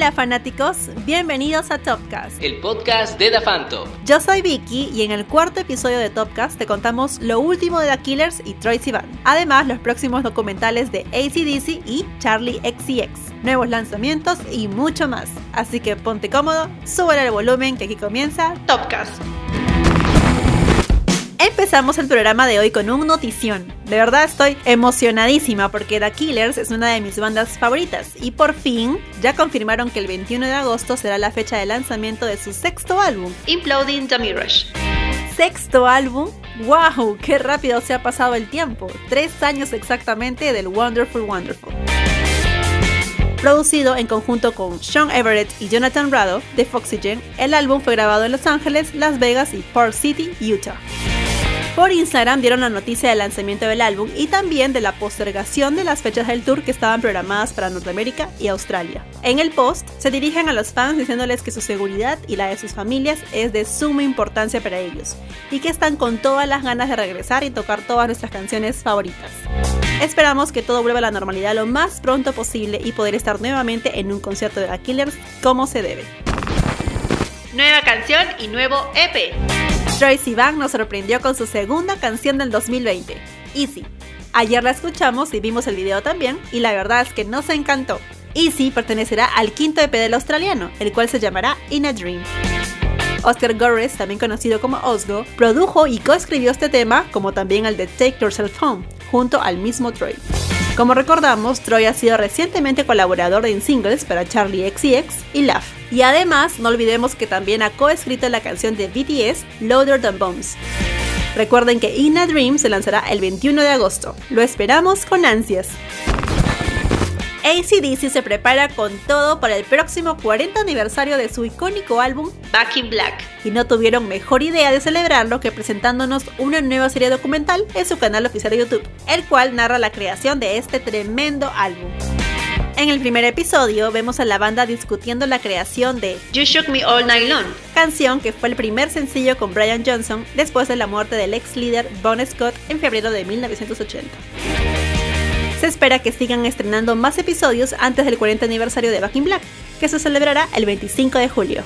Hola fanáticos, bienvenidos a Topcast, el podcast de DaFanto. Yo soy Vicky y en el cuarto episodio de Topcast te contamos lo último de The Killers y Troye Sivan. Además, los próximos documentales de AC/DC y Charli XCX, nuevos lanzamientos y mucho más. Así que ponte cómodo, súbele el volumen que aquí comienza Topcast. Empezamos el programa de hoy con un notición. De verdad estoy emocionadísima porque The Killers es una de mis bandas favoritas y por fin ya confirmaron que el 21 de agosto será la fecha de lanzamiento de su sexto álbum, Imploding the Mirage. ¿Sexto álbum? ¡Wow! ¡Qué rápido se ha pasado el tiempo! 3 años exactamente del Wonderful Wonderful. Producido en conjunto con Sean Everett y Jonathan Rado de Foxygen, el álbum fue grabado en Los Ángeles, Las Vegas y Park City, Utah. Por Instagram dieron la noticia del lanzamiento del álbum y también de la postergación de las fechas del tour que estaban programadas para Norteamérica y Australia. En el post se dirigen a los fans diciéndoles que su seguridad y la de sus familias es de suma importancia para ellos y que están con todas las ganas de regresar y tocar todas nuestras canciones favoritas. Esperamos que todo vuelva a la normalidad lo más pronto posible y poder estar nuevamente en un concierto de The Killers como se debe. Nueva canción y nuevo EP. Troye Sivan nos sorprendió con su segunda canción del 2020, Easy. Ayer la escuchamos y vimos el video también, y la verdad es que nos encantó. Easy pertenecerá al quinto EP del australiano, el cual se llamará In a Dream. Oscar Gorres, también conocido como Osgo, produjo y coescribió este tema, como también el de Take Yourself Home, junto al mismo Troye. Como recordamos, Troye ha sido recientemente colaborador en singles para Charli XCX y Laugh. Y además, no olvidemos que también ha coescrito la canción de BTS, Louder Than Bombs. Recuerden que In a Dream se lanzará el 21 de agosto. Lo esperamos con ansias. AC/DC se prepara con todo para el próximo 40 aniversario de su icónico álbum Back in Black y no tuvieron mejor idea de celebrarlo que presentándonos una nueva serie documental en su canal oficial de YouTube, el cual narra la creación de este tremendo álbum. En el primer episodio vemos a la banda discutiendo la creación de You Shook Me All Night Long, canción que fue el primer sencillo con Brian Johnson después de la muerte del ex líder Bon Scott en febrero de 1980. Se espera que sigan estrenando más episodios antes del 40 aniversario de Back in Black, que se celebrará el 25 de julio.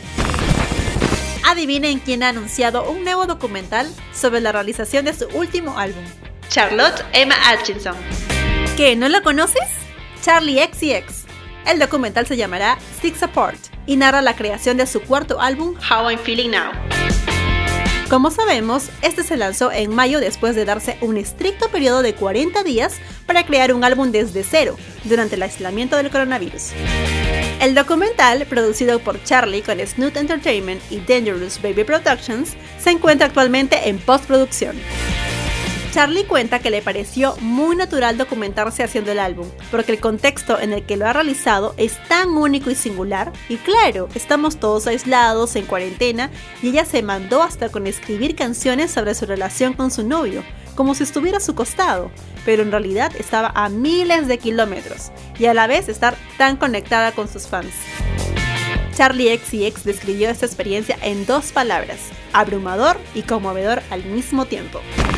Adivinen quién ha anunciado un nuevo documental sobre la realización de su último álbum. Charlotte Emma Atchison. ¿Qué? ¿No la conoces? Charli XCX. El documental se llamará Six Apart y narra la creación de su cuarto álbum How I'm Feeling Now. Como sabemos, este se lanzó en mayo después de darse un estricto periodo de 40 días para crear un álbum desde cero, durante el aislamiento del coronavirus. El documental, producido por Charli con Snoot Entertainment y Dangerous Baby Productions, se encuentra actualmente en postproducción. Charli cuenta que le pareció muy natural documentarse haciendo el álbum, porque el contexto en el que lo ha realizado es tan único y singular, y claro, estamos todos aislados, en cuarentena, y ella se mandó hasta con escribir canciones sobre su relación con su novio, como si estuviera a su costado, pero en realidad estaba a miles de kilómetros, y a la vez estar tan conectada con sus fans. Charli XCX describió esta experiencia en 2 palabras, abrumador y conmovedor al mismo tiempo.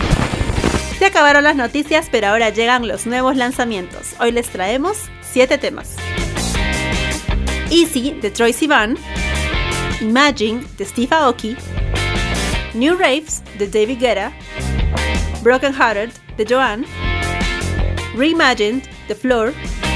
Se acabaron las noticias, pero ahora llegan los nuevos lanzamientos. Hoy les traemos 7 temas. Easy, de Troye Sivan. Imagine, de Steve Aoki. New Raves, de David Guetta. Broken Hearted, de Joanne. Reimagined, de Floor.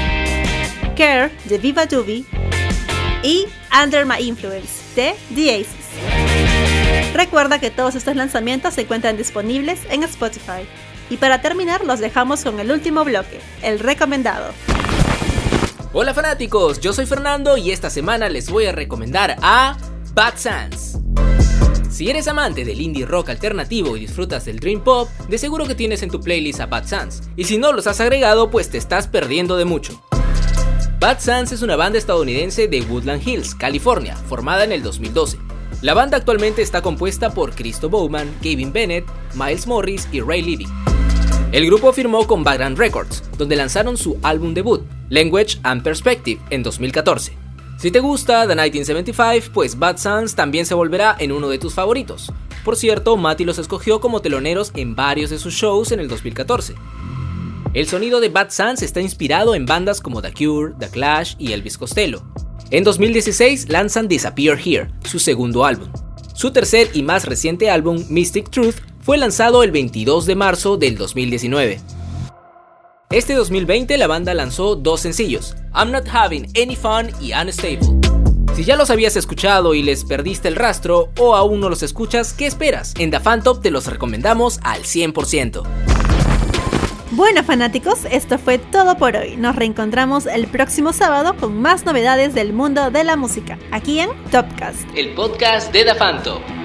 Care, de Viva Doobie. Y Under My Influence, de The Aces. Recuerda que todos estos lanzamientos se encuentran disponibles en Spotify. Y para terminar, los dejamos con el último bloque, el recomendado. Hola fanáticos, yo soy Fernando y esta semana les voy a recomendar a Bad Sans. Si eres amante del indie rock alternativo y disfrutas del dream pop, de seguro que tienes en tu playlist a Bad Sans. Y si no los has agregado, pues te estás perdiendo de mucho. Bad Sans es una banda estadounidense de Woodland Hills, California, formada en el 2012. La banda actualmente está compuesta por Christo Bowman, Kevin Bennett, Miles Morris y Ray Levy. El grupo firmó con Vagrant Records, donde lanzaron su álbum debut, Language and Perspective, en 2014. Si te gusta The 1975, pues Bad Sans también se volverá en uno de tus favoritos. Por cierto, Matty los escogió como teloneros en varios de sus shows en el 2014. El sonido de Bad Sans está inspirado en bandas como The Cure, The Clash y Elvis Costello. En 2016 lanzan Disappear Here, su segundo álbum. Su tercer y más reciente álbum, Mystic Truth, fue lanzado el 22 de marzo del 2019. Este 2020 la banda lanzó 2 sencillos, I'm Not Having Any Fun y Unstable. Si ya los habías escuchado y les perdiste el rastro o aún no los escuchas, ¿qué esperas? En DaFanTop te los recomendamos al 100%. Bueno, fanáticos, esto fue todo por hoy. Nos reencontramos el próximo sábado con más novedades del mundo de la música, aquí en Topcast, el podcast de DaFanTop.